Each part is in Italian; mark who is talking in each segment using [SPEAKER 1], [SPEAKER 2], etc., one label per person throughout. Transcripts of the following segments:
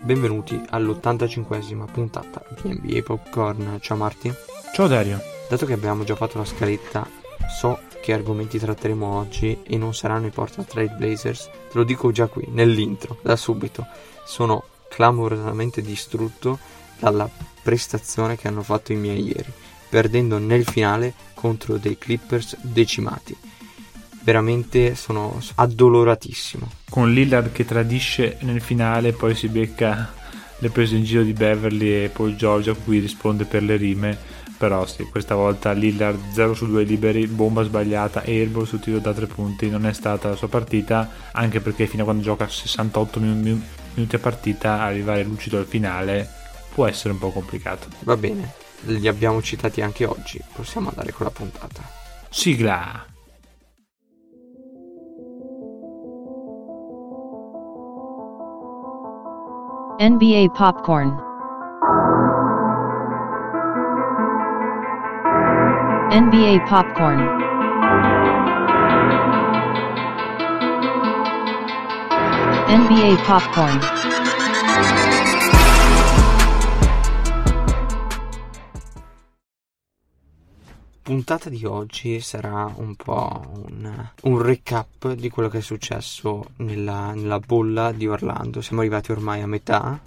[SPEAKER 1] benvenuti all'85esima puntata di NBA Popcorn. Ciao Marti.
[SPEAKER 2] Ciao Dario.
[SPEAKER 1] Dato che abbiamo già fatto la scaletta, so che argomenti tratteremo oggi e non saranno i Portland Trail Blazers. Te lo dico già qui, nell'intro, da subito. Sono clamorosamente distrutto dalla prestazione che hanno fatto i miei ieri, perdendo nel finale contro dei Clippers decimati. Veramente sono addoloratissimo.
[SPEAKER 2] Con Lillard che tradisce nel finale, poi si becca le prese in giro di Beverly e Paul George a cui risponde per le rime. Però sì, questa volta Lillard 0 su 2 liberi, bomba sbagliata, airball su tiro da 3 punti. Non è stata la sua partita, anche perché fino a quando gioca 68 minuti a partita, arrivare lucido al finale può essere un po' complicato.
[SPEAKER 1] Va bene, li abbiamo citati anche oggi, possiamo andare con la puntata.
[SPEAKER 2] Sigla!
[SPEAKER 3] NBA Popcorn. NBA Popcorn. NBA Popcorn.
[SPEAKER 1] Puntata di oggi sarà un po' un recap di quello che è successo nella bolla di Orlando. Siamo arrivati ormai a metà,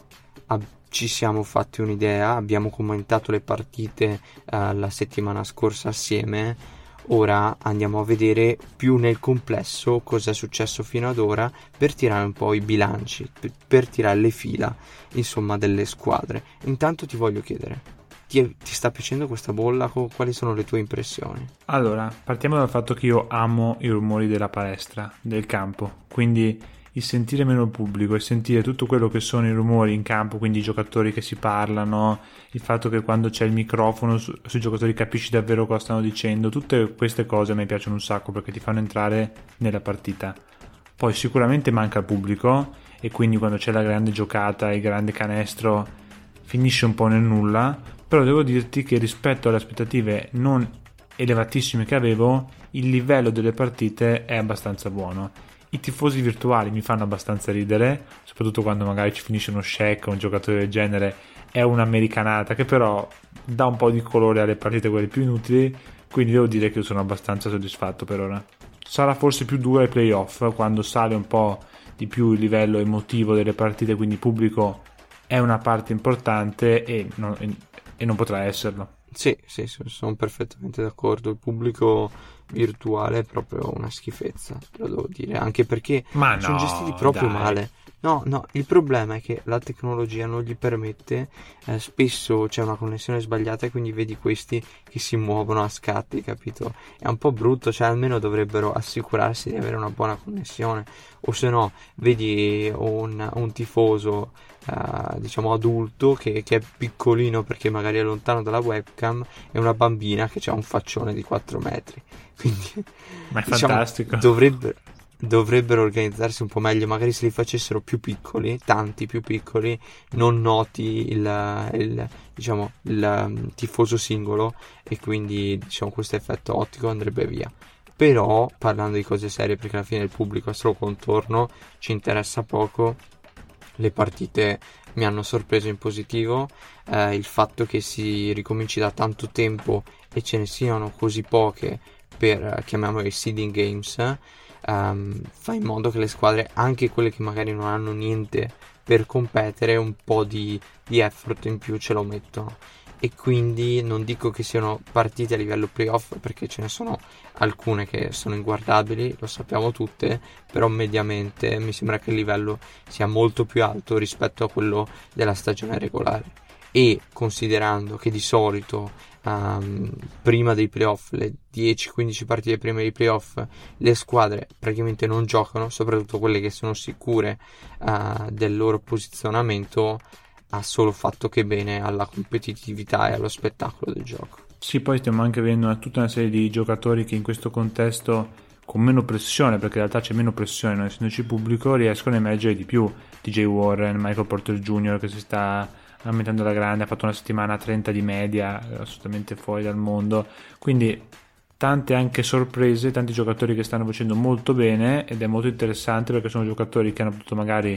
[SPEAKER 1] ci siamo fatti un'idea, abbiamo commentato le partite la settimana scorsa assieme. Ora andiamo a vedere più nel complesso cosa è successo fino ad ora, per tirare un po' i bilanci, per tirare le fila, insomma, delle squadre. Intanto ti voglio chiedere: ti sta piacendo questa bolla? Quali sono le tue impressioni?
[SPEAKER 2] Allora, partiamo dal fatto che io amo i rumori della palestra, del campo, quindi il sentire meno il pubblico, il sentire tutto quello che sono i rumori in campo, quindi i giocatori che si parlano, il fatto che quando c'è il microfono sui giocatori capisci davvero cosa stanno dicendo, tutte queste cose a me piacciono un sacco perché ti fanno entrare nella partita. Poi sicuramente manca il pubblico e quindi quando c'è la grande giocata, il grande canestro, finisce un po' nel nulla, però devo dirti che rispetto alle aspettative non elevatissime che avevo, il livello delle partite è abbastanza buono. I tifosi virtuali mi fanno abbastanza ridere, soprattutto quando magari ci finisce uno Shaq o un giocatore del genere. È un'americanata che però dà un po' di colore alle partite quelle più inutili, quindi devo dire che io sono abbastanza soddisfatto per ora. Sarà forse più dura ai playoff, quando sale un po' di più il livello emotivo delle partite, quindi il pubblico è una parte importante e non potrà esserlo.
[SPEAKER 1] Sì, sono perfettamente d'accordo. Il pubblico virtuale è proprio una schifezza, te lo devo dire, anche perché sono gestiti proprio male. No, il problema è che la tecnologia non gli permette, spesso c'è una connessione sbagliata e quindi vedi questi che si muovono a scatti, capito? È un po' brutto, cioè almeno dovrebbero assicurarsi di avere una buona connessione, o se no vedi un tifoso diciamo adulto che è piccolino perché magari è lontano dalla webcam, e una bambina che ha un faccione di 4 metri, quindi
[SPEAKER 2] ma è
[SPEAKER 1] diciamo,
[SPEAKER 2] fantastico.
[SPEAKER 1] Dovrebbero organizzarsi un po' meglio, magari se li facessero più piccoli, tanti più piccoli, non noti il tifoso singolo, e quindi diciamo questo effetto ottico andrebbe via. Però parlando di cose serie, perché alla fine il pubblico è solo contorno, ci interessa poco, le partite mi hanno sorpreso in positivo. Il fatto che si ricominci da tanto tempo e ce ne siano così poche per, chiamiamole, seeding games, fa in modo che le squadre, anche quelle che magari non hanno niente per competere, un po' di effort in più ce lo mettono. E quindi non dico che siano partite a livello playoff, perché ce ne sono alcune che sono inguardabili, lo sappiamo tutte, però mediamente mi sembra che il livello sia molto più alto rispetto a quello della stagione regolare. E considerando che di solito prima dei playoff, le 10-15 partite prima dei playoff, le squadre praticamente non giocano, soprattutto quelle che sono sicure del loro posizionamento, ha solo fatto che bene alla competitività e allo spettacolo del gioco.
[SPEAKER 2] Sì, poi stiamo anche vedendo tutta una serie di giocatori che in questo contesto, con meno pressione, perché in realtà c'è meno pressione non essendoci pubblico, riescono a emergere di più. TJ Warren, Michael Porter Jr. che si sta aumentando alla grande, ha fatto una settimana a 30 di media, assolutamente fuori dal mondo, quindi tante anche sorprese, tanti giocatori che stanno facendo molto bene, ed è molto interessante perché sono giocatori che hanno potuto magari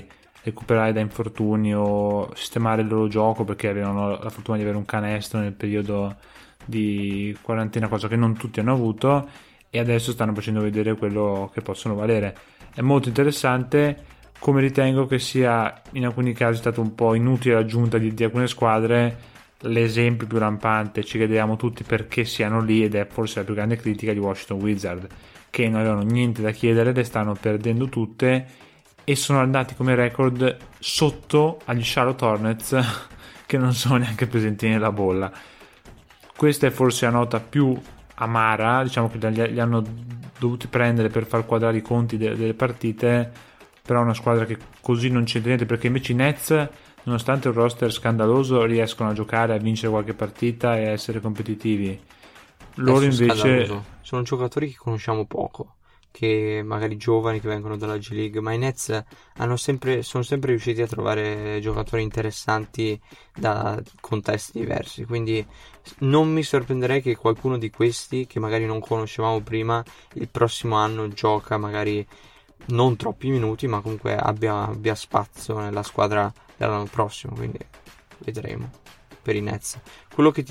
[SPEAKER 2] recuperare da infortuni o sistemare il loro gioco, perché avevano la fortuna di avere un canestro nel periodo di quarantena, cosa che non tutti hanno avuto, e adesso stanno facendo vedere quello che possono valere. È molto interessante. Come ritengo che sia in alcuni casi stato un po' inutile l'aggiunta di alcune squadre, l'esempio più lampante, ci chiediamo tutti perché siano lì, ed è forse la più grande critica di Washington Wizards, che non avevano niente da chiedere, le stanno perdendo tutte e sono andati come record sotto agli Charlotte Hornets che non sono neanche presenti nella bolla. Questa è forse la nota più amara, diciamo che li hanno dovuti prendere per far quadrare i conti delle partite, però è una squadra che così non c'entra niente, perché invece i Nets, nonostante un roster scandaloso, riescono a giocare, a vincere qualche partita e a essere competitivi. Loro invece
[SPEAKER 1] scandaloso. Sono giocatori che conosciamo poco, che magari giovani che vengono dalla G League, ma i Nets sono sempre riusciti a trovare giocatori interessanti da contesti diversi, quindi non mi sorprenderei che qualcuno di questi che magari non conoscevamo prima il prossimo anno gioca magari non troppi minuti, ma comunque abbia spazio nella squadra dell'anno prossimo, quindi vedremo per i Nets. Quello che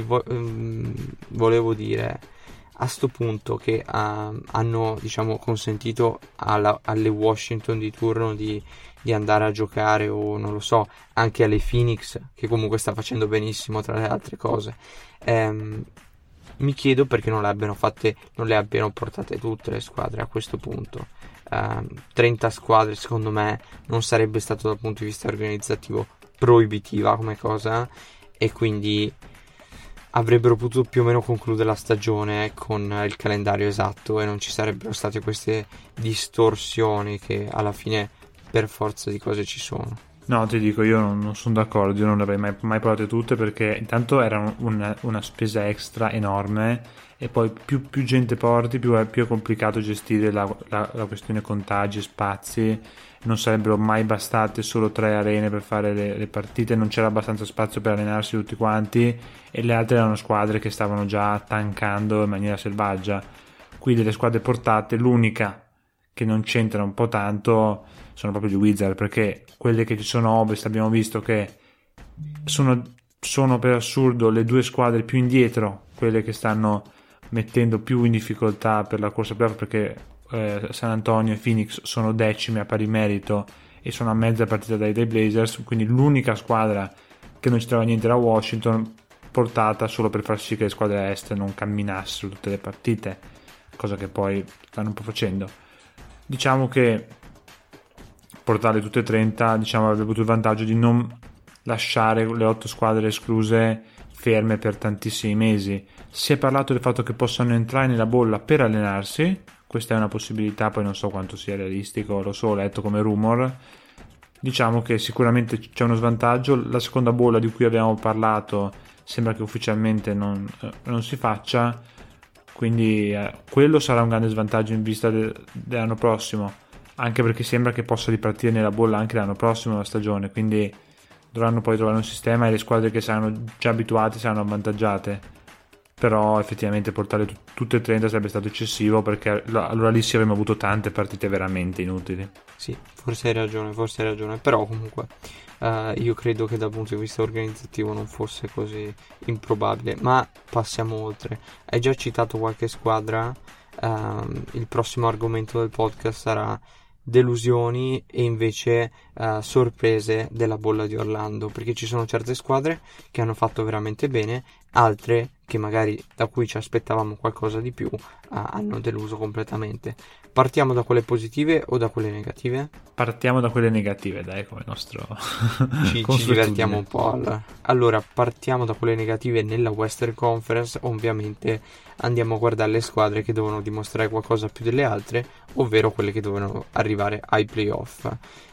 [SPEAKER 1] volevo dire a sto punto, che hanno, diciamo, consentito alle Washington di turno di andare a giocare, o non lo so, anche alle Phoenix, che comunque sta facendo benissimo tra le altre cose, mi chiedo perché non le abbiano portate tutte le squadre a questo punto. 30 squadre secondo me non sarebbe stato dal punto di vista organizzativo proibitiva come cosa, e quindi avrebbero potuto più o meno concludere la stagione con il calendario esatto e non ci sarebbero state queste distorsioni che alla fine per forza di cose ci sono.
[SPEAKER 2] No, ti dico, io non sono d'accordo, io non le avrei mai provate tutte, perché intanto era una spesa extra enorme, e poi più gente porti, più è complicato gestire la questione contagi, spazi. Non sarebbero mai bastate solo 3 arene per fare le partite, non c'era abbastanza spazio per allenarsi tutti quanti, e le altre erano squadre che stavano già tankando in maniera selvaggia. Qui delle squadre portate, l'unica che non c'entra un po' tanto sono proprio gli Wizard, perché quelle che ci sono a Ovest abbiamo visto che sono per assurdo le due squadre più indietro, quelle che stanno mettendo più in difficoltà per la corsa playoff, perché San Antonio e Phoenix sono decimi a pari merito e sono a mezza partita dai Blazers, quindi l'unica squadra che non ci trova niente era Washington, portata solo per far sì che le squadre est non camminassero tutte le partite, cosa che poi stanno un po' facendo. Diciamo che portarle tutte e 30, diciamo, avrebbe avuto il vantaggio di non lasciare le 8 squadre escluse ferme per tantissimi mesi. Si è parlato del fatto che possano entrare nella bolla per allenarsi, questa è una possibilità, poi non so quanto sia realistico, lo so, ho letto come rumor. Diciamo che sicuramente c'è uno svantaggio. La seconda bolla di cui abbiamo parlato sembra che ufficialmente non si faccia, quindi quello sarà un grande svantaggio in vista dell'anno prossimo, anche perché sembra che possa ripartire nella bolla anche l'anno prossimo la stagione, quindi dovranno poi trovare un sistema e le squadre che saranno già abituate saranno avvantaggiate. Però effettivamente portare tutte e 30 sarebbe stato eccessivo, perché allora lì sì avremmo avuto tante partite veramente inutili.
[SPEAKER 1] Sì, forse hai ragione, però comunque io credo che dal punto di vista organizzativo non fosse così improbabile. Ma passiamo oltre. Hai già citato qualche squadra, il prossimo argomento del podcast sarà delusioni e invece sorprese della bolla di Orlando, perché ci sono certe squadre che hanno fatto veramente bene, altre che magari da cui ci aspettavamo qualcosa di più hanno deluso completamente. Partiamo da quelle positive o da quelle negative?
[SPEAKER 2] Partiamo da quelle negative, dai, come nostro
[SPEAKER 1] ci divertiamo un po'. Allora, partiamo da quelle negative nella Western Conference. Ovviamente andiamo a guardare le squadre che devono dimostrare qualcosa più delle altre, ovvero quelle che devono arrivare ai playoff.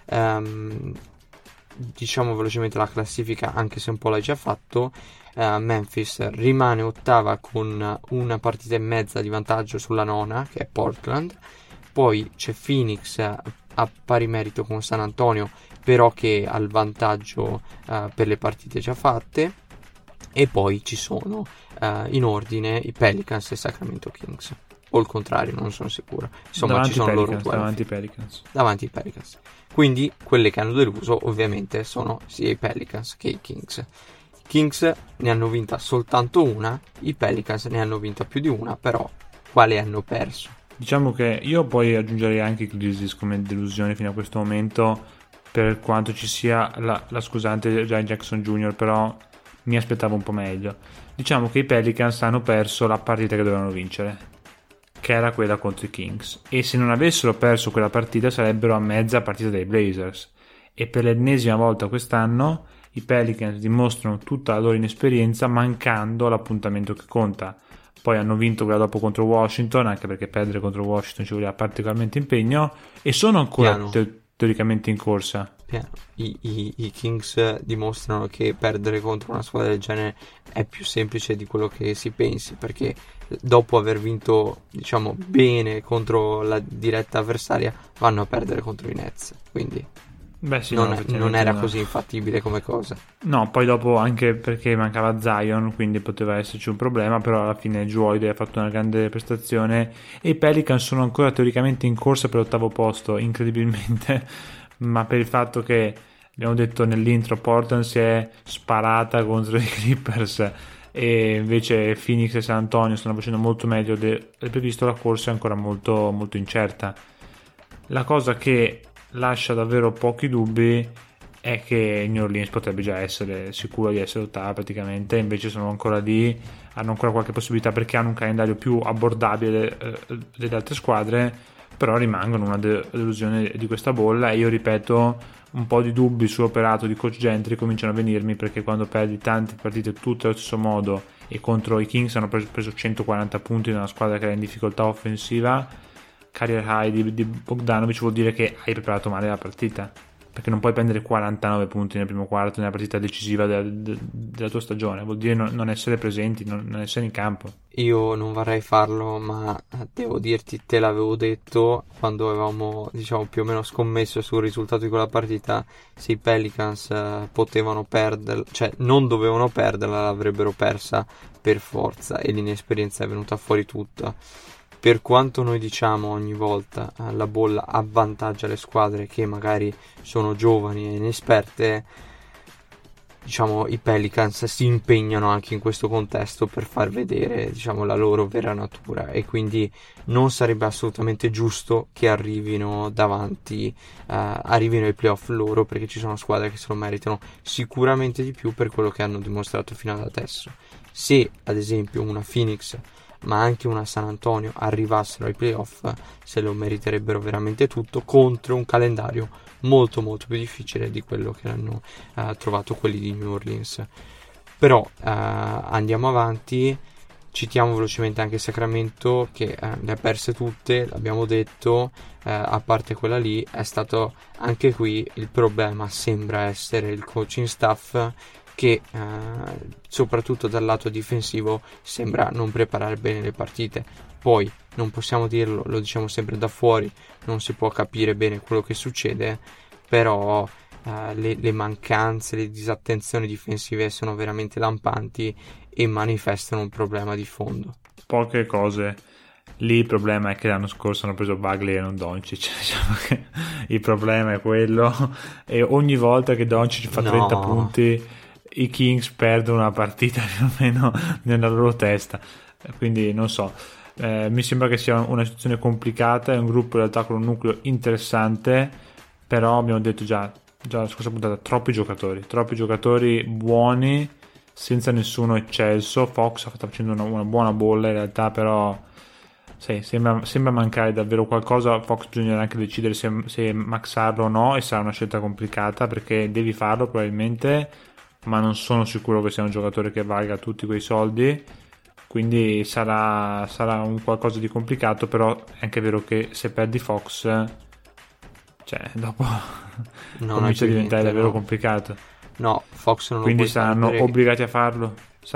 [SPEAKER 1] Diciamo velocemente la classifica, anche se un po' l'hai già fatto. Memphis rimane ottava con una partita e mezza di vantaggio sulla nona, che è Portland. Poi c'è Phoenix a pari merito con San Antonio, però che ha il vantaggio per le partite già fatte. E poi ci sono in ordine i Pelicans e Sacramento Kings. o il contrario, non sono sicuro. Insomma,
[SPEAKER 2] davanti
[SPEAKER 1] ci sono loro
[SPEAKER 2] Pelicans,
[SPEAKER 1] due davanti ai Pelicans. Quindi quelle che hanno deluso ovviamente sono sia i Pelicans che i Kings. I Kings ne hanno vinta soltanto una, i Pelicans ne hanno vinta più di una, però quale hanno perso?
[SPEAKER 2] Diciamo che io poi aggiungerei anche i Grizzlies come delusione fino a questo momento, per quanto ci sia la scusante Jaren Jackson Jr., però mi aspettavo un po' meglio. Diciamo che i Pelicans hanno perso la partita che dovevano vincere, che era quella contro i Kings, e se non avessero perso quella partita sarebbero a mezza partita dei Blazers, e per l'ennesima volta quest'anno i Pelicans dimostrano tutta la loro inesperienza mancando l'appuntamento che conta. Poi hanno vinto quella dopo contro Washington, anche perché perdere contro Washington ci voleva particolarmente impegno, e sono ancora teoricamente in corsa.
[SPEAKER 1] I Kings dimostrano che perdere contro una squadra del genere è più semplice di quello che si pensi, perché dopo aver vinto, diciamo, bene contro la diretta avversaria vanno a perdere contro i Nets, quindi
[SPEAKER 2] Sì,
[SPEAKER 1] non era così infattibile come cosa.
[SPEAKER 2] No, poi dopo anche perché mancava Zion, quindi poteva esserci un problema, però alla fine Jrue Holiday ha fatto una grande prestazione e i Pelicans sono ancora teoricamente in corsa per l'ottavo posto, incredibilmente, ma per il fatto che, abbiamo detto nell'intro, Portland si è sparata contro i Clippers e invece Phoenix e San Antonio stanno facendo molto meglio del previsto, la corsa è ancora molto, molto incerta. La cosa che lascia davvero pochi dubbi è che New Orleans potrebbe già essere sicuro di essere ottava praticamente, invece sono ancora lì, hanno ancora qualche possibilità perché hanno un calendario più abbordabile delle altre squadre, però rimangono una delusione di questa bolla, e io ripeto, un po' di dubbi sull'operato di coach Gentry cominciano a venirmi, perché quando perdi tante partite tutte allo stesso modo, e contro i Kings hanno preso 140 punti da una squadra che era in difficoltà offensiva, career high di Bogdanovic, vuol dire che hai preparato male la partita, perché non puoi prendere 49 punti nel primo quarto nella partita decisiva della tua stagione, vuol dire non essere presenti, non essere in campo.
[SPEAKER 1] Io non vorrei farlo, ma devo dirti, te l'avevo detto quando avevamo, diciamo, più o meno scommesso sul risultato di quella partita, se i Pelicans potevano perderla, cioè non dovevano perderla, l'avrebbero persa per forza, e l'inesperienza è venuta fuori tutta. Per quanto noi diciamo ogni volta la bolla avvantaggia le squadre che magari sono giovani e inesperte, diciamo i Pelicans si impegnano anche in questo contesto per far vedere, diciamo, la loro vera natura, e quindi non sarebbe assolutamente giusto che arrivino davanti, arrivino ai playoff loro, perché ci sono squadre che se lo meritano sicuramente di più per quello che hanno dimostrato fino ad adesso. Se ad esempio una Phoenix ma anche una San Antonio arrivassero ai playoff, se lo meriterebbero veramente tutto, contro un calendario molto molto più difficile di quello che hanno trovato quelli di New Orleans. Però andiamo avanti, citiamo velocemente anche Sacramento, che le ha perse tutte, l'abbiamo detto, a parte quella lì. È stato anche qui il problema, sembra essere il coaching staff, che soprattutto dal lato difensivo sembra non preparare bene le partite. Poi non possiamo dirlo, lo diciamo sempre da fuori, non si può capire bene quello che succede, però le mancanze, le disattenzioni difensive sono veramente lampanti e manifestano un problema di fondo.
[SPEAKER 2] Poche cose. Lì il problema è che l'anno scorso hanno preso Bagley e non Doncic, diciamo che il problema è quello, e ogni volta che Doncic fa 30 punti i Kings perdono una partita più o meno nella loro testa, quindi non so, mi sembra che sia una situazione complicata. È un gruppo in realtà con un nucleo interessante, però abbiamo detto già la scorsa puntata, troppi giocatori buoni senza nessuno eccelso. Fox sta facendo una buona bolla in realtà, però sì, sembra mancare davvero qualcosa. Fox bisognerà anche decidere se maxarlo o no, e sarà una scelta complicata perché devi farlo probabilmente, ma non sono sicuro che sia un giocatore che valga tutti quei soldi, quindi sarà un qualcosa di complicato. Però è anche vero che se perdi Fox, cioè dopo comincia a diventare davvero complicato.
[SPEAKER 1] No, Fox non
[SPEAKER 2] quindi
[SPEAKER 1] lo puoi
[SPEAKER 2] saranno
[SPEAKER 1] perdere.
[SPEAKER 2] obbligati a farlo.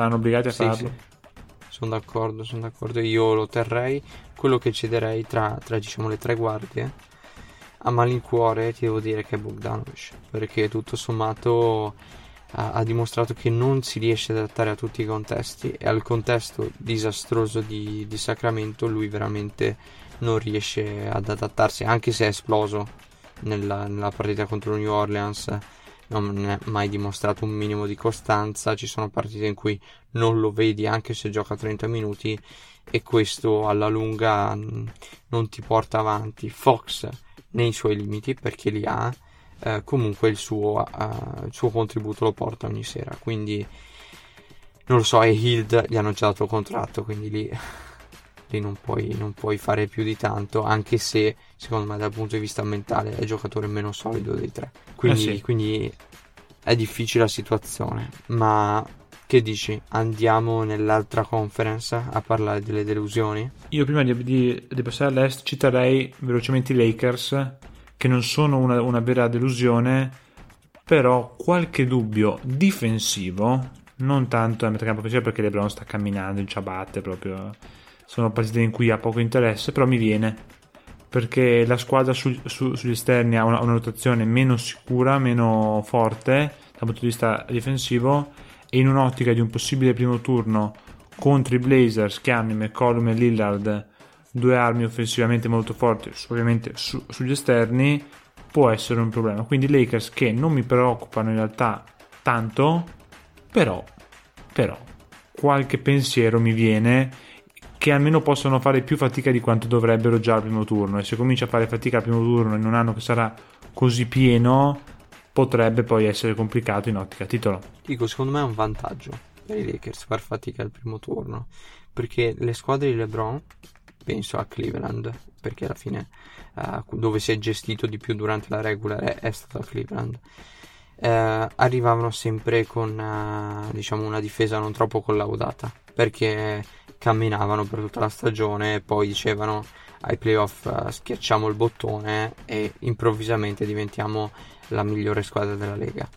[SPEAKER 2] Sì.
[SPEAKER 1] Sono d'accordo, io lo terrei. Quello che cederei tra diciamo le tre guardie, a malincuore ti devo dire che è Bogdanovic, perché tutto sommato ha dimostrato che non si riesce ad adattare a tutti i contesti, e al contesto disastroso di Sacramento lui veramente non riesce ad adattarsi, anche se è esploso nella partita contro New Orleans. Non è mai dimostrato un minimo di costanza. Ci sono partite in cui non lo vedi anche se gioca 30 minuti, e questo alla lunga non ti porta avanti. Fox nei suoi limiti, perché li ha, comunque il suo contributo lo porta ogni sera, quindi non lo so. E Hield gli hanno già dato contratto, quindi lì non puoi fare più di tanto, anche se secondo me dal punto di vista mentale è il giocatore meno solido dei tre, quindi è difficile la situazione. Ma che dici? Andiamo nell'altra conference a parlare delle delusioni?
[SPEAKER 2] Io prima di passare all'est citerei velocemente i Lakers, che non sono una vera delusione, però qualche dubbio difensivo, non tanto a metacampo offensivo, perché LeBron sta camminando in ciabatte, proprio sono partite in cui ha poco interesse, però mi viene, perché la squadra sugli esterni ha una rotazione meno sicura, meno forte dal punto di vista difensivo, e in un'ottica di un possibile primo turno contro i Blazers, che hanno McCollum e Lillard, due armi offensivamente molto forti, ovviamente sugli esterni, può essere un problema. Quindi i Lakers, che non mi preoccupano in realtà tanto, però qualche pensiero mi viene, che almeno possono fare più fatica di quanto dovrebbero già al primo turno, e se comincia a fare fatica al primo turno in un anno che sarà così pieno, potrebbe poi essere complicato in ottica titolo.
[SPEAKER 1] Dico, secondo me è un vantaggio per i Lakers far fatica al primo turno, perché le squadre di LeBron, penso a Cleveland, perché alla fine dove si è gestito di più durante la regular è stato a Cleveland, arrivavano sempre con diciamo una difesa non troppo collaudata, perché camminavano per tutta la stagione e poi dicevano ai playoff schiacciamo il bottone e improvvisamente diventiamo la migliore squadra della Lega.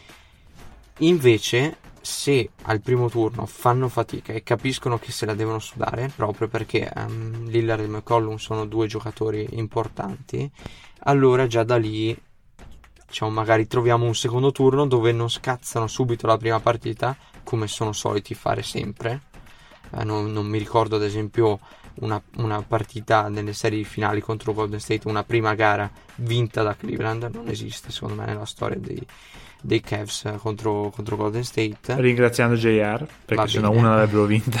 [SPEAKER 1] Invece, se al primo turno fanno fatica e capiscono che se la devono sudare, proprio perché Lillard e McCollum sono due giocatori importanti, allora già da lì, diciamo, magari troviamo un secondo turno dove non scazzano subito la prima partita, come sono soliti fare sempre. Non mi ricordo ad esempio una partita nelle serie finali contro Golden State, una prima gara vinta da Cleveland, non esiste secondo me nella storia dei Cavs contro Golden State,
[SPEAKER 2] ringraziando JR, perché se no una l'avrebbero vinta.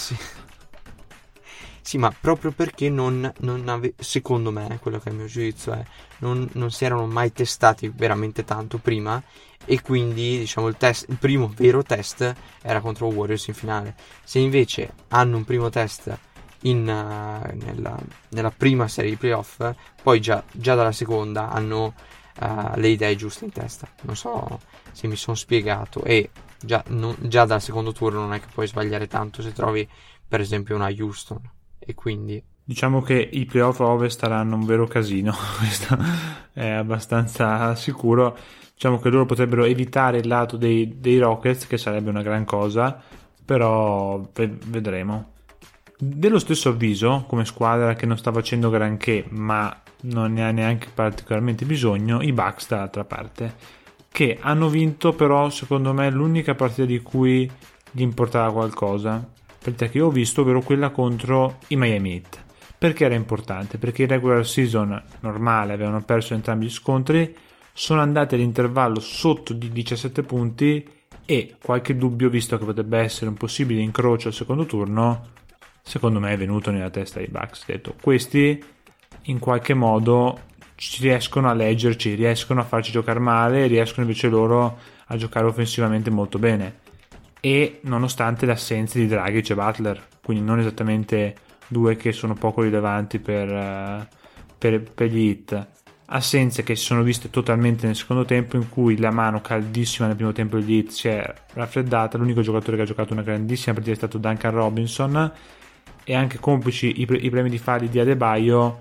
[SPEAKER 1] Sì, ma proprio perché secondo me, quello che è il mio giudizio è non si erano mai testati veramente tanto prima, e quindi diciamo il primo vero test era contro Warriors in finale. Se invece hanno un primo test nella prima serie di playoff, poi già dalla seconda hanno le idee giuste in testa. Non so se mi sono spiegato, e già dal secondo turno non è che puoi sbagliare tanto se trovi per esempio una Houston, e quindi
[SPEAKER 2] diciamo che i playoff a Ovest saranno un vero casino. Questo è abbastanza sicuro. Diciamo che loro potrebbero evitare il lato dei Rockets, che sarebbe una gran cosa, però vedremo. Dello stesso avviso, come squadra che non sta facendo granché, ma non ne ha neanche particolarmente bisogno, i Bucks dall'altra parte, che hanno vinto però secondo me l'unica partita di cui gli importava qualcosa, partita che io ho visto, ovvero quella contro i Miami Heat. Perché era importante? Perché in regular season normale avevano perso entrambi gli scontri, sono andati all'intervallo sotto di 17 punti, e qualche dubbio, visto che potrebbe essere un possibile incrocio al secondo turno, secondo me è venuto nella testa dei Bucks. Detto, questi in qualche modo ci riescono a leggerci, riescono a farci giocare male, riescono invece loro a giocare offensivamente molto bene, e nonostante l'assenza di Dragic e Butler, quindi non esattamente due che sono poco rilevanti per gli Heat. Assenze che si sono viste totalmente nel secondo tempo, in cui la mano caldissima nel primo tempo degli Heat si è raffreddata. L'unico giocatore che ha giocato una grandissima partita è stato Duncan Robinson, e anche complici i premi di falli di Adebayo,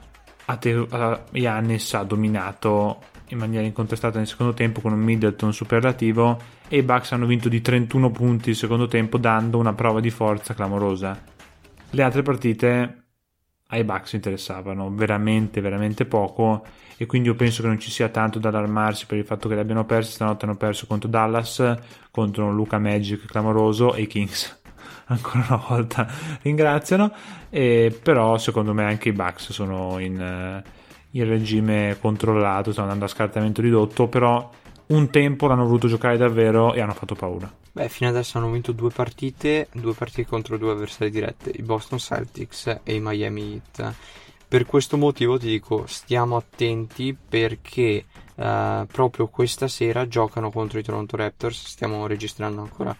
[SPEAKER 2] Giannis ha dominato in maniera incontestata nel secondo tempo con un Middleton superlativo, e i Bucks hanno vinto di 31 punti il secondo tempo, dando una prova di forza clamorosa. Le altre partite ai Bucks interessavano veramente veramente poco, e quindi io penso che non ci sia tanto da allarmarsi per il fatto che li abbiano persi. Stanotte hanno perso contro Dallas, contro un Luka Magic clamoroso, e i Kings ancora una volta ringraziano, però secondo me anche i Bucks sono in regime controllato, stanno andando a scartamento ridotto, però un tempo l'hanno voluto giocare davvero e hanno fatto paura.
[SPEAKER 1] Beh, fino adesso hanno vinto due partite contro due avversari diretti, i Boston Celtics e i Miami Heat. Per questo motivo ti dico, stiamo attenti, perché proprio questa sera giocano contro i Toronto Raptors. Stiamo registrando ancora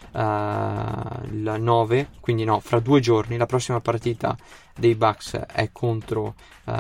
[SPEAKER 1] il 9, quindi no, fra 2 giorni la prossima partita dei Bucks è contro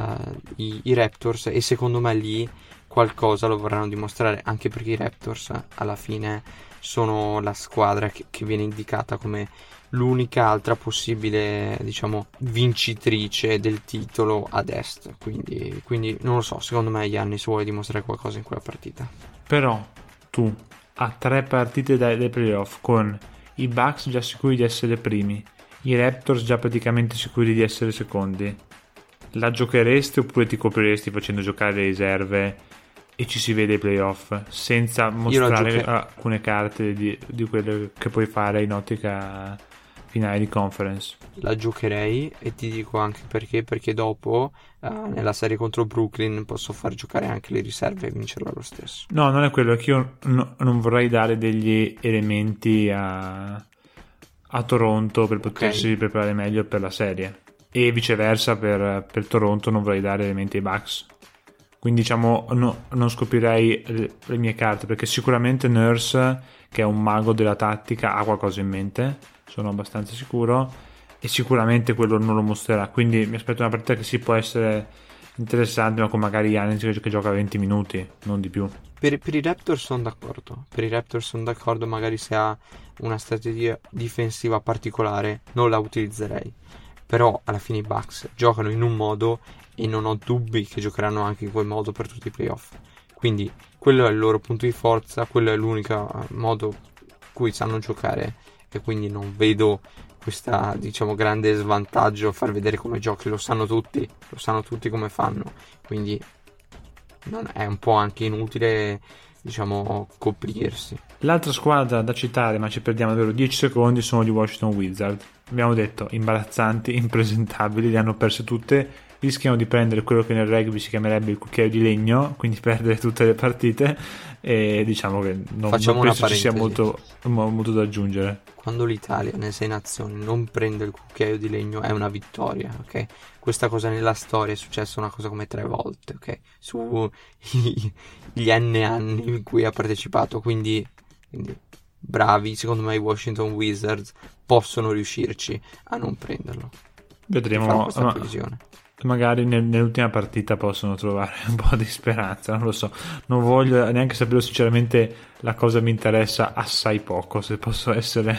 [SPEAKER 1] i Raptors, e secondo me lì qualcosa lo vorranno dimostrare, anche perché i Raptors alla fine sono la squadra che viene indicata come l'unica altra possibile, diciamo, vincitrice del titolo ad est, quindi non lo so, secondo me Giannis vuole dimostrare qualcosa in quella partita.
[SPEAKER 2] Però tu, a 3 partite dai playoff, con i Bucks già sicuri di essere primi, i Raptors già praticamente sicuri di essere secondi, la giocheresti oppure ti copriresti facendo giocare le riserve e ci si vede ai playoff senza mostrare alcune carte di quelle che puoi fare in ottica finale di conference?
[SPEAKER 1] La giocherei, e ti dico anche perché dopo nella serie contro Brooklyn posso far giocare anche le riserve e vincerla lo stesso.
[SPEAKER 2] No, non è quello, è che io non vorrei dare degli elementi a Toronto per potersi preparare meglio per la serie, e viceversa per Toronto non vorrei dare elementi ai Bucks. Quindi diciamo non scoprirei le mie carte, perché sicuramente Nurse, che è un mago della tattica, ha qualcosa in mente, sono abbastanza sicuro, e sicuramente quello non lo mostrerà. Quindi mi aspetto una partita che può essere interessante, ma con magari Giannis che gioca 20 minuti, non di più.
[SPEAKER 1] Per i Raptors sono d'accordo, magari se ha una strategia difensiva particolare non la utilizzerei, però alla fine i Bucks giocano in un modo e non ho dubbi che giocheranno anche in quel modo per tutti i playoff, quindi quello è il loro punto di forza, quello è l'unico modo cui sanno giocare, e quindi non vedo questa, diciamo, grande svantaggio a far vedere come giochi. Lo sanno tutti come fanno, quindi non è un po' anche inutile, diciamo, coprirsi.
[SPEAKER 2] L'altra squadra da citare, ma ci perdiamo davvero 10 secondi, sono gli Washington Wizards. Abbiamo detto imbarazzanti, impresentabili, le hanno perse tutte, rischiano di prendere quello che nel rugby si chiamerebbe il cucchiaio di legno, quindi perdere tutte le partite, e diciamo che non penso ci sia molto da aggiungere.
[SPEAKER 1] Quando l'Italia nelle 6 nazioni non prende il cucchiaio di legno è una vittoria, ok? Questa cosa nella storia è successa una cosa come 3 volte, ok? Su gli anni in cui ha partecipato, quindi bravi, secondo me i Washington Wizards possono riuscirci a non prenderlo.
[SPEAKER 2] Vedremo, magari nell'ultima partita possono trovare un po' di speranza, non lo so, non voglio neanche saperlo sinceramente, la cosa mi interessa assai poco, se posso essere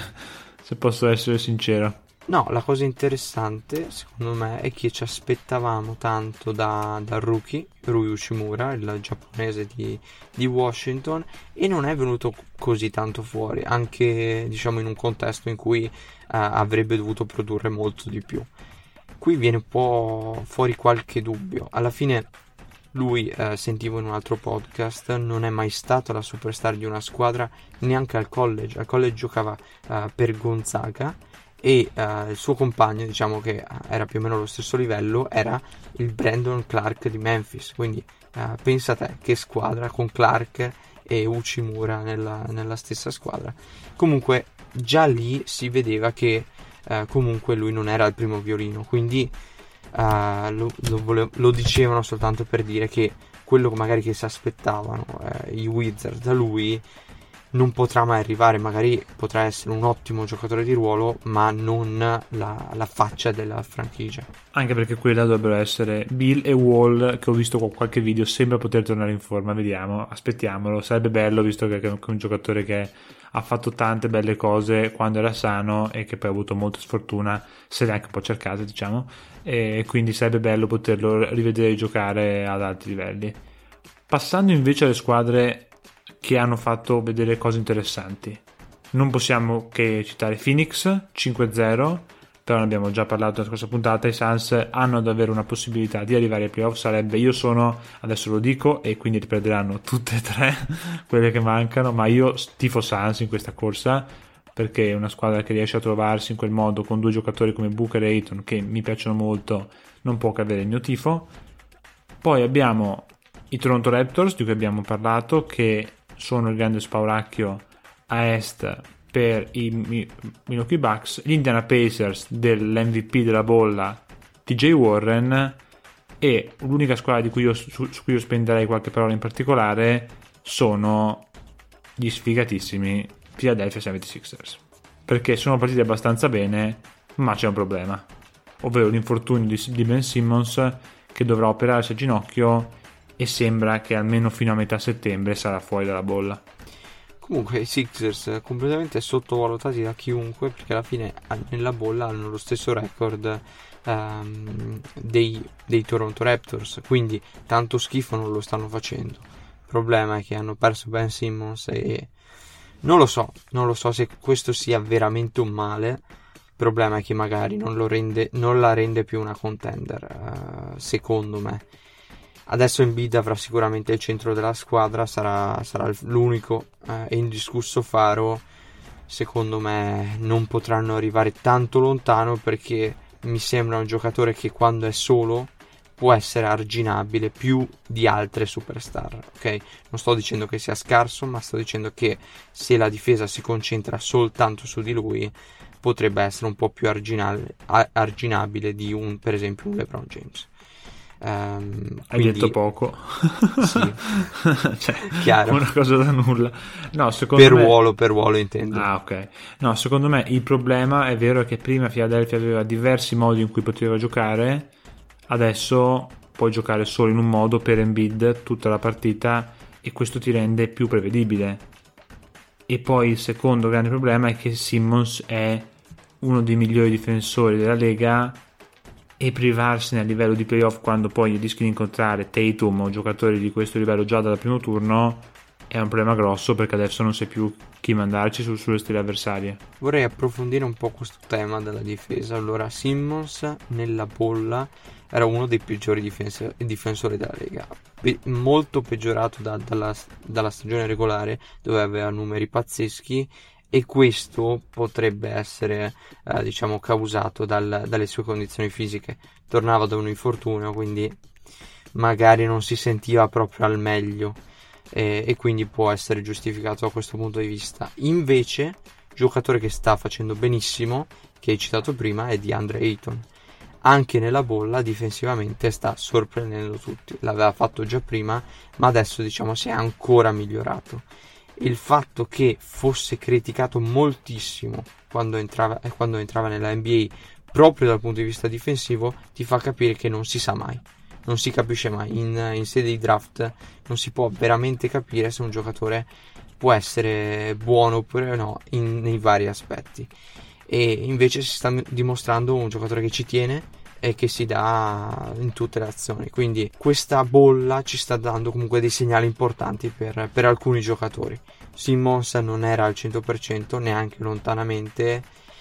[SPEAKER 2] sincero.
[SPEAKER 1] No, la cosa interessante secondo me è che ci aspettavamo tanto dal rookie Rui Uchimura, il giapponese di Washington, e non è venuto così tanto fuori, anche diciamo in un contesto in cui avrebbe dovuto produrre molto di più. Qui viene un po' fuori qualche dubbio. Alla fine lui, sentivo in un altro podcast, non è mai stato la superstar di una squadra neanche al college. Al college giocava per Gonzaga, e il suo compagno, diciamo che era più o meno allo stesso livello, era il Brandon Clark di Memphis. Quindi pensa a te, che squadra, con Clark e Uchimura nella stessa squadra. Comunque già lì si vedeva che comunque lui non era il primo violino, quindi lo dicevano soltanto per dire che quello magari che si aspettavano i Wizards da lui non potrà mai arrivare. Magari potrà essere un ottimo giocatore di ruolo, ma non la faccia della franchigia. Anche
[SPEAKER 2] perché quelli là dovrebbero essere Bill e Wall, che ho visto con qualche video, sembra poter tornare in forma. Vediamo, aspettiamolo, sarebbe bello, visto che è un giocatore che ha fatto tante belle cose quando era sano e che poi ha avuto molta sfortuna, se le ha anche un po' cercate, diciamo, e quindi sarebbe bello poterlo rivedere giocare ad alti livelli. Passando invece alle squadre che hanno fatto vedere cose interessanti, non possiamo che citare Phoenix 5-0, però ne abbiamo già parlato nella scorsa puntata, i Suns hanno davvero una possibilità di arrivare ai playoff. Io sono, adesso lo dico e quindi perderanno tutte e tre quelle che mancano, ma io tifo Suns in questa corsa, perché è una squadra che riesce a trovarsi in quel modo con due giocatori come Booker e Ayton che mi piacciono molto, non può che avere il mio tifo. Poi abbiamo i Toronto Raptors, di cui abbiamo parlato, che sono il grande spauracchio a est per i Milwaukee Bucks, gli Indiana Pacers dell'MVP della bolla TJ Warren, e l'unica squadra su cui io spenderei qualche parola in particolare sono gli sfigatissimi Philadelphia 76ers, perché sono partiti abbastanza bene, ma c'è un problema, ovvero l'infortunio di Ben Simmons, che dovrà operarsi a ginocchio e sembra che almeno fino a metà settembre sarà fuori dalla bolla.
[SPEAKER 1] Comunque i Sixers completamente sottovalutati da chiunque, perché alla fine nella bolla hanno lo stesso record dei Toronto Raptors, quindi tanto schifo non lo stanno facendo. Il problema è che hanno perso Ben Simmons e non lo so se questo sia veramente un male. Il problema è che magari non la rende più una contender, secondo me. Adesso Embiid avrà sicuramente il centro della squadra, sarà l'unico e indiscusso faro. Secondo me non potranno arrivare tanto lontano, perché mi sembra un giocatore che quando è solo può essere arginabile più di altre superstar, ok? Non sto dicendo che sia scarso, ma sto dicendo che se la difesa si concentra soltanto su di lui potrebbe essere un po' più arginabile di per esempio un LeBron James.
[SPEAKER 2] Hai detto poco.
[SPEAKER 1] Sì.
[SPEAKER 2] Cioè,
[SPEAKER 1] chiaro,
[SPEAKER 2] una cosa da nulla. No, secondo me...
[SPEAKER 1] per ruolo intendo.
[SPEAKER 2] Ah, ok. No, secondo me il problema è vero che prima Philadelphia aveva diversi modi in cui poteva giocare, adesso puoi giocare solo in un modo per Embiid tutta la partita, e questo ti rende più prevedibile. E poi il secondo grande problema è che Simmons è uno dei migliori difensori della Lega, e privarsene a livello di playoff quando poi rischi di incontrare Tatum o giocatori di questo livello già dal primo turno è un problema grosso, perché adesso non sai più chi mandarci sulle stelle avversarie.
[SPEAKER 1] Vorrei approfondire un po' questo tema della difesa. Allora, Simmons nella bolla era uno dei peggiori difensori della Lega, molto peggiorato dalla stagione regolare, dove aveva numeri pazzeschi, e questo potrebbe essere causato dalle sue condizioni fisiche. Tornava da un infortunio, quindi magari non si sentiva proprio al meglio, e quindi può essere giustificato da questo punto di vista. Invece, giocatore che sta facendo benissimo, che hai citato prima, è DeAndre Ayton. Anche nella bolla difensivamente sta sorprendendo tutti. L'aveva fatto già prima, ma adesso si è ancora migliorato. Il fatto che fosse criticato moltissimo quando entrava nella NBA proprio dal punto di vista difensivo ti fa capire che non si sa mai, non si capisce mai in sede di draft, non si può veramente capire se un giocatore può essere buono oppure no nei vari aspetti, e invece si sta dimostrando un giocatore che ci tiene e che si dà in tutte le azioni. Quindi questa bolla ci sta dando comunque dei segnali importanti per alcuni giocatori. Simmons non era al 100% neanche lontanamente,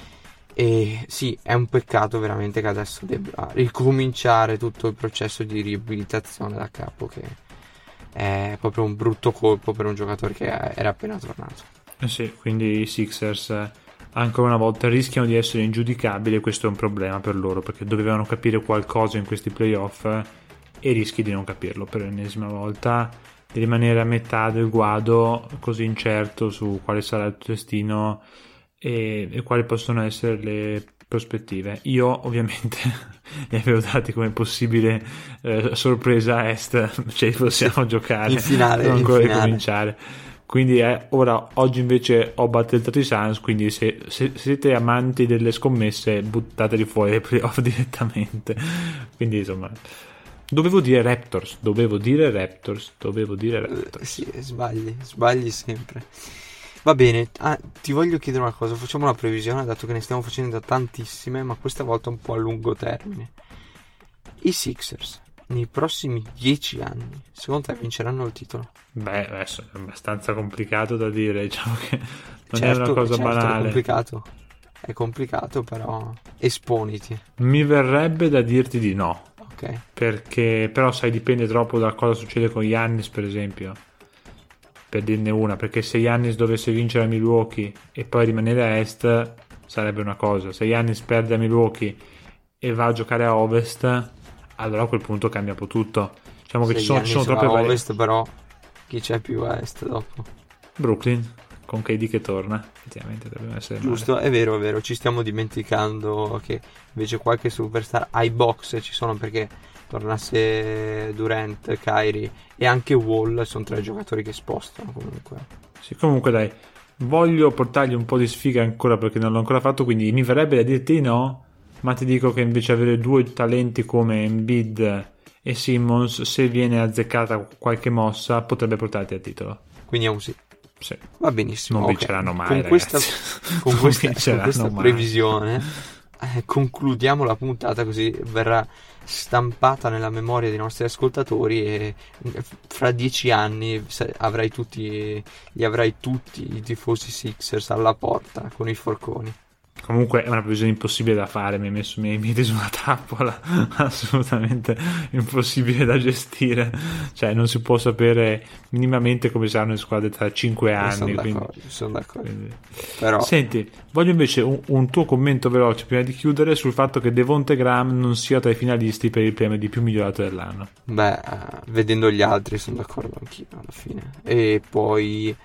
[SPEAKER 1] e sì, è un peccato veramente che adesso debba ricominciare tutto il processo di riabilitazione da capo, che è proprio un brutto colpo per un giocatore che era appena tornato.
[SPEAKER 2] Sì, quindi i Sixers ancora una volta rischiano di essere ingiudicabili, e questo è un problema per loro, perché dovevano capire qualcosa in questi playoff e rischi di non capirlo per l'ennesima volta, di rimanere a metà del guado, così incerto su quale sarà il tuo destino e quali possono essere le prospettive. Io ovviamente li avevo dati come possibile sorpresa a est, cioè possiamo giocare
[SPEAKER 1] in finale,
[SPEAKER 2] non ancora ricominciare. Quindi oggi invece ho battettato i Suns, quindi se siete amanti delle scommesse buttateli fuori dai playoff direttamente. Quindi insomma, dovevo dire Raptors.
[SPEAKER 1] Sì, sbagli sempre. Va bene, ti voglio chiedere una cosa, facciamo una previsione, dato che ne stiamo facendo tantissime, ma questa volta un po' a lungo termine. I Sixers nei prossimi 10 anni, secondo te vinceranno il titolo?
[SPEAKER 2] Beh, adesso è abbastanza complicato da dire, diciamo che non
[SPEAKER 1] certo,
[SPEAKER 2] è una cosa banale.
[SPEAKER 1] È complicato. è complicato, però esponiti.
[SPEAKER 2] Mi verrebbe da dirti di no.
[SPEAKER 1] Ok.
[SPEAKER 2] Perché però sai, dipende troppo da cosa succede con Giannis, per esempio, per dirne una, perché se Giannis dovesse vincere a Milwaukee e poi rimanere a est sarebbe una cosa, se Giannis perde a Milwaukee e va a giocare a ovest, allora a quel punto cambia un po' tutto. Diciamo che ci sono troppe
[SPEAKER 1] a ovest, però chi c'è più a est dopo?
[SPEAKER 2] Brooklyn con KD che torna, effettivamente dovrebbe essere
[SPEAKER 1] giusto,
[SPEAKER 2] male.
[SPEAKER 1] è vero, ci stiamo dimenticando che invece qualche superstar ai box ci sono, perché tornasse Durant, Kyrie e anche Wall, sono 3 giocatori che spostano comunque.
[SPEAKER 2] Sì, comunque dai, voglio portargli un po' di sfiga ancora perché non l'ho ancora fatto, quindi mi verrebbe da dirti no, ma ti dico che invece avere 2 talenti come Embiid e Simmons, se viene azzeccata qualche mossa, potrebbe portarti al titolo.
[SPEAKER 1] Quindi è un sì.
[SPEAKER 2] Sì.
[SPEAKER 1] Va benissimo.
[SPEAKER 2] Non
[SPEAKER 1] okay.
[SPEAKER 2] vinceranno mai,
[SPEAKER 1] con
[SPEAKER 2] ragazzi.
[SPEAKER 1] Con questa
[SPEAKER 2] mai.
[SPEAKER 1] previsione concludiamo la puntata, così verrà stampata nella memoria dei nostri ascoltatori e fra 10 anni li avrai tutti i tifosi Sixers alla porta con i forconi.
[SPEAKER 2] Comunque è una previsione impossibire da fare, mi hai messo i miei piedi su una trappola assolutamente impossibile da gestire, cioè non si può sapere minimamente come saranno le squadre tra 5 anni.
[SPEAKER 1] Sono d'accordo. Però...
[SPEAKER 2] Senti, voglio invece un tuo commento veloce prima di chiudere sul fatto che Devonte Graham non sia tra i finalisti per il premio di più migliorato dell'anno.
[SPEAKER 1] Beh, vedendo gli altri sono d'accordo anch'io alla fine. E poi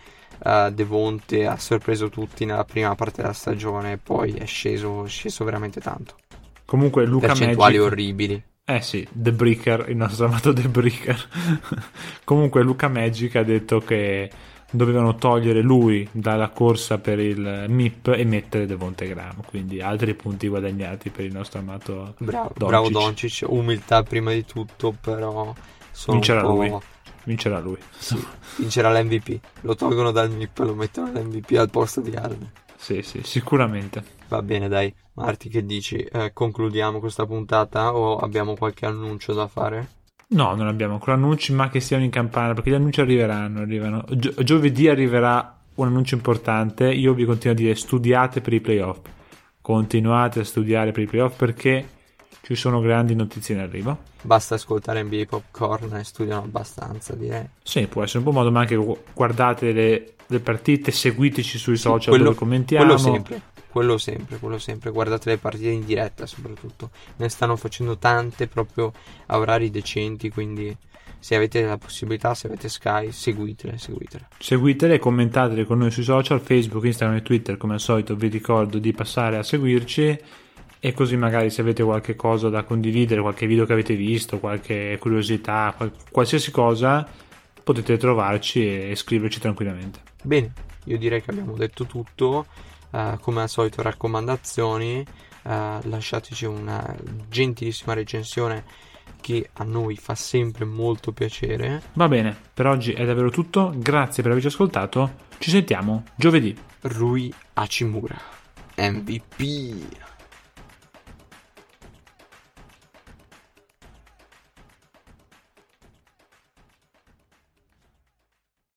[SPEAKER 1] Devonte ha sorpreso tutti nella prima parte della stagione e poi è sceso veramente tanto.
[SPEAKER 2] Comunque Luka
[SPEAKER 1] percentuali
[SPEAKER 2] Magic,
[SPEAKER 1] orribili.
[SPEAKER 2] Sì, The Bricker, il nostro amato The Bricker. Comunque Luka Magic ha detto che dovevano togliere lui dalla corsa per il MIP e mettere Devonte Graham, quindi altri punti guadagnati per il nostro amato
[SPEAKER 1] bravo Doncic. Umiltà prima di tutto, però
[SPEAKER 2] vincerà lui.
[SPEAKER 1] Sì, vincerà l'MVP. Lo tolgono dal MIP e lo mettono all'MVP al posto di Harden.
[SPEAKER 2] Sì, sicuramente.
[SPEAKER 1] Va bene, dai. Marti, che dici? Concludiamo questa puntata o abbiamo qualche annuncio da fare?
[SPEAKER 2] No, non abbiamo ancora annunci, ma che stiano in campana, perché gli annunci arrivano. Giovedì arriverà un annuncio importante. Io vi continuo a dire: studiate per i playoff. Continuate a studiare per i playoff perché ci sono grandi notizie in arrivo.
[SPEAKER 1] Basta ascoltare NBA Popcorn e studiano abbastanza, direi.
[SPEAKER 2] Sì, può essere un buon modo, ma anche guardate le partite, seguiteci sui social dove commentiamo.
[SPEAKER 1] Quello sempre. Guardate le partite in diretta, soprattutto. Ne stanno facendo tante proprio a orari decenti, quindi se avete la possibilità, se avete Sky, seguitele.
[SPEAKER 2] Seguitele e commentatele con noi sui social, Facebook, Instagram e Twitter. Come al solito vi ricordo di passare a seguirci. E così magari se avete qualche cosa da condividere, qualche video che avete visto, qualche curiosità, qualsiasi cosa, potete trovarci e scriverci tranquillamente.
[SPEAKER 1] Bene, io direi che abbiamo detto tutto. Come al solito raccomandazioni, lasciateci una gentilissima recensione che a noi fa sempre molto piacere.
[SPEAKER 2] Va bene, per oggi è davvero tutto, grazie per averci ascoltato, ci sentiamo giovedì.
[SPEAKER 1] Rui Hachimura, MVP.